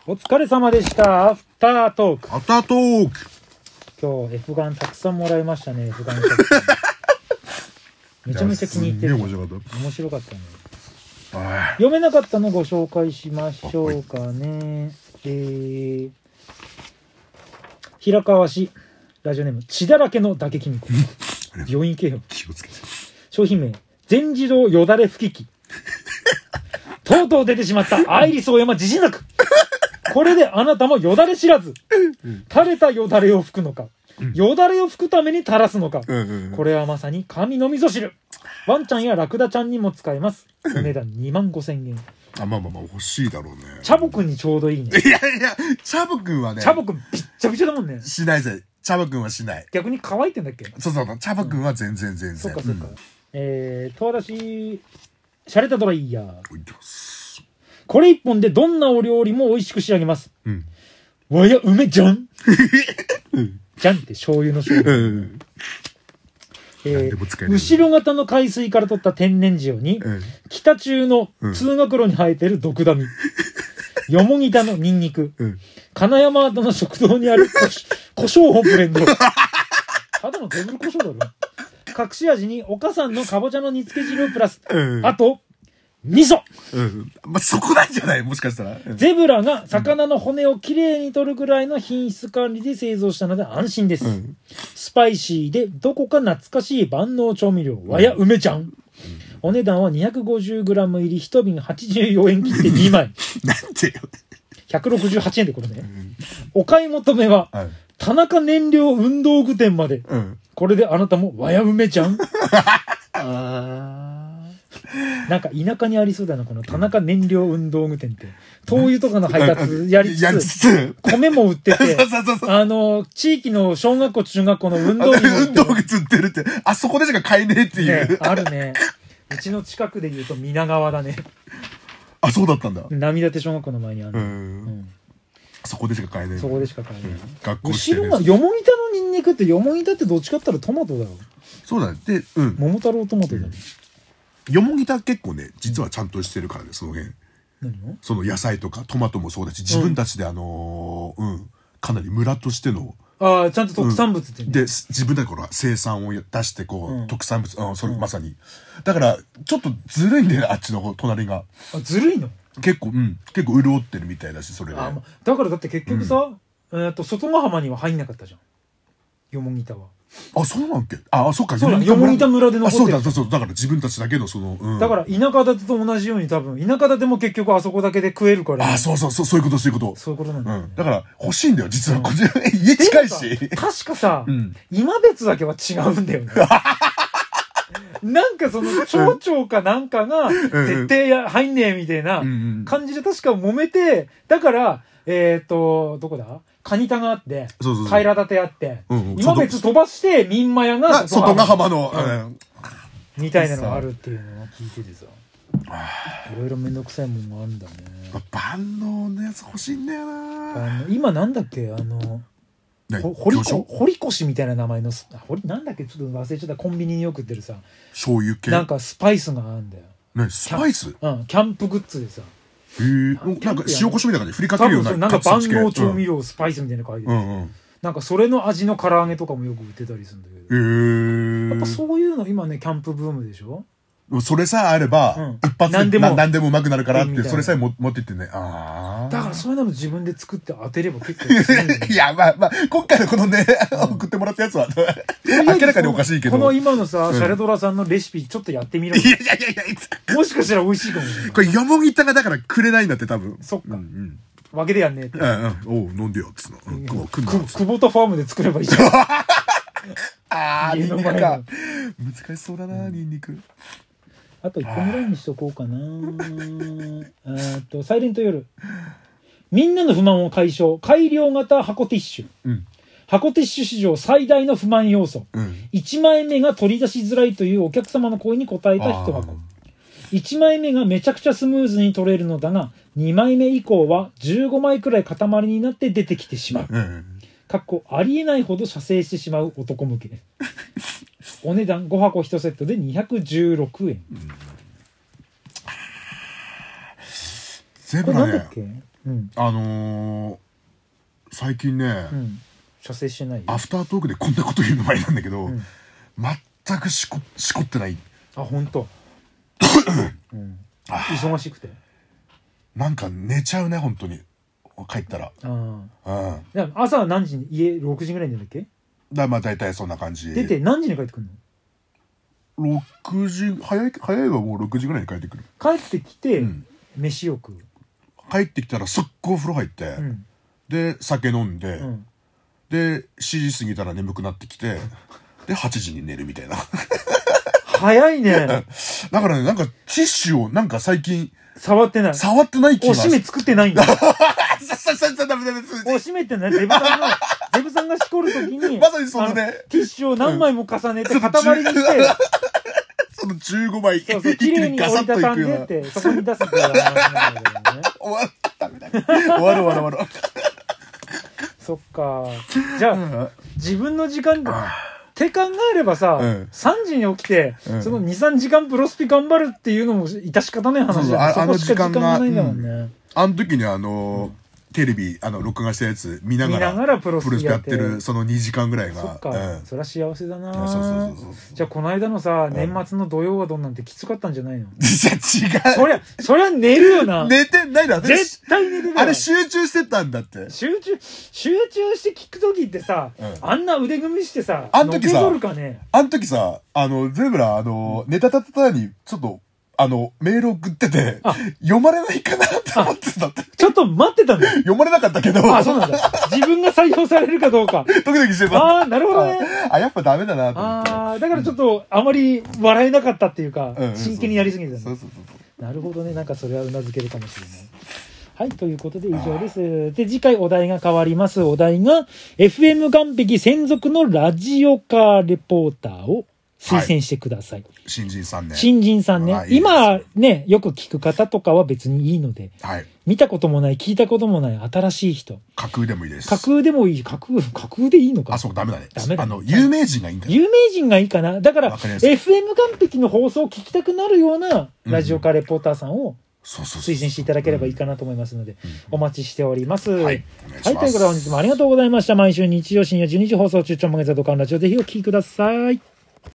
お疲れ様でした。アフタートーク。 アフタートーク。 今日 F ガンたくさんもらいましたね。F ガンめちゃめちゃ気に入ってる。面白かったね。読めなかったのご紹介しましょうかね。平川市ラジオネーム血だらけの打撃みこ病院系よ。 気をつけて。 商品名全自動よだれ拭き機とうとう出てしまったアイリスオーヤマ自信作。これであなたもよだれ知らず、垂れたよだれを拭くのか、よだれを拭くために垂らすのか、これはまさに神の味噌汁。ワンちゃんやラクダちゃんにも使えます。お値段25,000円。 まあ欲しいだろうね。 チャボくんにちょうどいいね。 いやチャボくんはね、 チャボくんびっちゃびちゃだもんね。 しないぜ。チャボくんはしない。 逆に乾いてんだっけ。 そうチャボくんは全然そっか。十和田市シャレたドライヤー。これ一本でどんなお料理も美味しく仕上げます。わや梅じゃんじゃんって醤油の醤油。後ろ型の海水から取った天然塩に、北中の通学路に生えてる毒ダミ、よもぎ田のニンニク、金山跡の食堂にある胡椒をブレンド。ただのテーブル胡椒だろ。隠し味にお母さんのかぼちゃの煮付け汁をプラス、あと味噌。 そこなんじゃない、もしかしたら。 ゼブラが魚の骨をきれいに取るぐらいの品質管理で製造したので安心です。スパイシーでどこか懐かしい万能調味料、わや梅ちゃん。お値段は 250g 入り1瓶84円切って2枚。 なんてよ。 168円でこれね。お買い求めは、田中燃料運動具店まで。これであなたもわや梅ちゃん。なんか田舎にありそうだな、この田中燃料運動具店って。灯油とかの配達やりつつ、米も売ってて、地域の小学校、中学校の運動着運動靴売ってるって、あそこでしか買えねえっていう。 あるね。うちの近くで言うと皆川だね。 あ、そうだったんだ。 波立小学校の前にある。 そこでしか買えねえ。 そこでしか買えない。 学校後ろが、よもぎ田のニンニクって、よもぎ田ってどっちかって言ったらトマトだよ。 そうだね。で、 桃太郎トマトだね。 よもぎ田結構ね、実はちゃんとしてるからね、その辺。 何を？ その野菜とかトマトもそうだし、自分たちでかなり村としての、 ちゃんと特産物ってで、自分たちから生産を出して特産物、それまさに。だから、ちょっとずるいんだよね、あっちの方、隣が。 ずるいの？ 結構潤ってるみたいだし、それで。 だからだって結局さ、外ヶ浜には入んなかったじゃん。よもぎ田は。 そうなんけ。そっか。 よもぎ田村で残ってる。 そう。だから自分たちだけのだから田舎建てと同じように多分、田舎建ても結局あそこだけで食えるから。 そういうこと。 そういうことなんだよね。 だから欲しいんだよ、実は。こちら、家近いし。 確かさ、今別だけは違うんだよね。なんかその町長かなんかが絶対入んねえみたいな感じで確か揉めて、だからどこだ、蟹田があって平立あって、今別飛ばして民間屋が外ヶ浜のみたいなのがあるっていうのを聞いててさ、いろいろめんどくさいもんがあるんだね。 万能のやつ欲しいんだよな。 今なんだっけ、堀越みたいな名前のなんだっけ、ちょっと忘れちゃった。コンビニによく売ってるさ醤油系なんかスパイスがあるんだよ。 スパイス？ キャンプグッズでさ、 なんか塩コショウみたいな感じで振りかけるような、 なんか万能調味料スパイスみたいなの書いてる。なんかそれの味の唐揚げとかもよく売ってたりするんだけど、やっぱそういうの今ね、キャンプブームでしょ。それさえあれば、一発で何でもうまくなるからって、それさえ持ってってね。だからそういうの自分で作って当てれば結構強いんだよ。 いや、今回のこのね、送ってもらったやつは、明らかにおかしいけど。 この今のさ、シャレドラさんのレシピちょっとやってみろ。いや。もしかしたら美味しいかもしれない。 これ、よもぎたがだからくれないんだって、多分。 そっか。わけでやんねえって。 飲んでよ、つの。 久保田ファームで作ればいいじゃん。 ニンニクか。難しそうだな、ニンニク。 あと1個ぐらいにしとこうかな。サイレント夜。みんなの不満を解消。改良型箱ティッシュ。箱ティッシュ史上最大の不満要素。1枚目が取り出しづらいというお客様の声に応えた一箱。1枚目がめちゃくちゃスムーズに取れるのだが、2枚目以降は15枚くらい塊になって出てきてしまう。ありえないほど射精してしまう男向け。お値段5箱1セットで216円。 ゼブラねこれなんだっけ、うん、 最近ね、 うん、射精してない。 アフタートークでこんなこと言うのもあれなんだけど、 うん、 全くしこってない。 あ、本当。うん、忙しくてなんか寝ちゃうね本当に帰ったら。 朝は何時に家6時ぐらいに出るっけ？ まあ大体そんな感じ。 出て何時に帰ってくるの？6時早いはもう6時ぐらいに帰ってくる。 帰ってきて、うん、飯を食う。 帰ってきたら速攻風呂入って、うん、で酒飲んで、うん、で7時過ぎたら眠くなってきてで8時に寝るみたいな。 早いね。 だからね、なんかティッシュをなんか最近触ってない気が。おしめ作ってないんだ。おしめってね、ゼブさんがしこるときにまさにそのねティッシュを何枚も重ねて塊にして、 その15枚そう綺麗に折りたたんでってそこに出すっていう話なんだけどね。 終わる。 そっか。じゃあ自分の時間って考えればさ、3時に起きて、その 2,3 時間プロスピ頑張るっていうのも致し方ない話だね。そこしか時間がないんだもんね。 あの時にテレビ録画したやつ見ながらプロスピやってるその2時間ぐらいが。そっか、 そりゃ幸せだな。じゃあこの間のさ、年末の土曜はどんなんてきつかったんじゃないの？ じゃ違う。そりゃ寝るよな。 寝てないだ。 絶対寝てる。 あれ集中してたんだって。 集中して聞く時ってさ、あんな腕組みしてさ、 あの時さ、ゼブラネタたたにちょっとメール送ってて、読まれないかなって思ってたって。 ちょっと待ってたんだ。 読まれなかったけど。 そうなんだ。自分が採用されるかどうか。 ドキドキしてた。 なるほどね。 やっぱダメだなと思って。 だからちょっと、あまり笑えなかったっていうか、真剣にやりすぎてたんだ。なるほどね。なんかそれはうなずけるかもしれない。はい、ということで以上です。で、次回お題が変わります。お題が、FM 岸壁専属のラジオカーレポーターを推薦してください。 新人さんね。 今ね、よく聞く方とかは別にいいので、見たこともない、聞いたこともない新しい人。 架空でもいいです。 架空でもいい。架空でいいのか。 そう、ダメだね。 ダメだね。 有名人がいいんだよ。 有名人がいいかな。だから、FM 岸壁の放送を聞きたくなるようなラジオカーレポーターさんを推薦していただければいいかなと思いますので、お待ちしております。はい、ということで本日もありがとうございました。毎週日曜深夜12時放送中、ちょんまげ座土管ラジオ、ぜひお聞きください。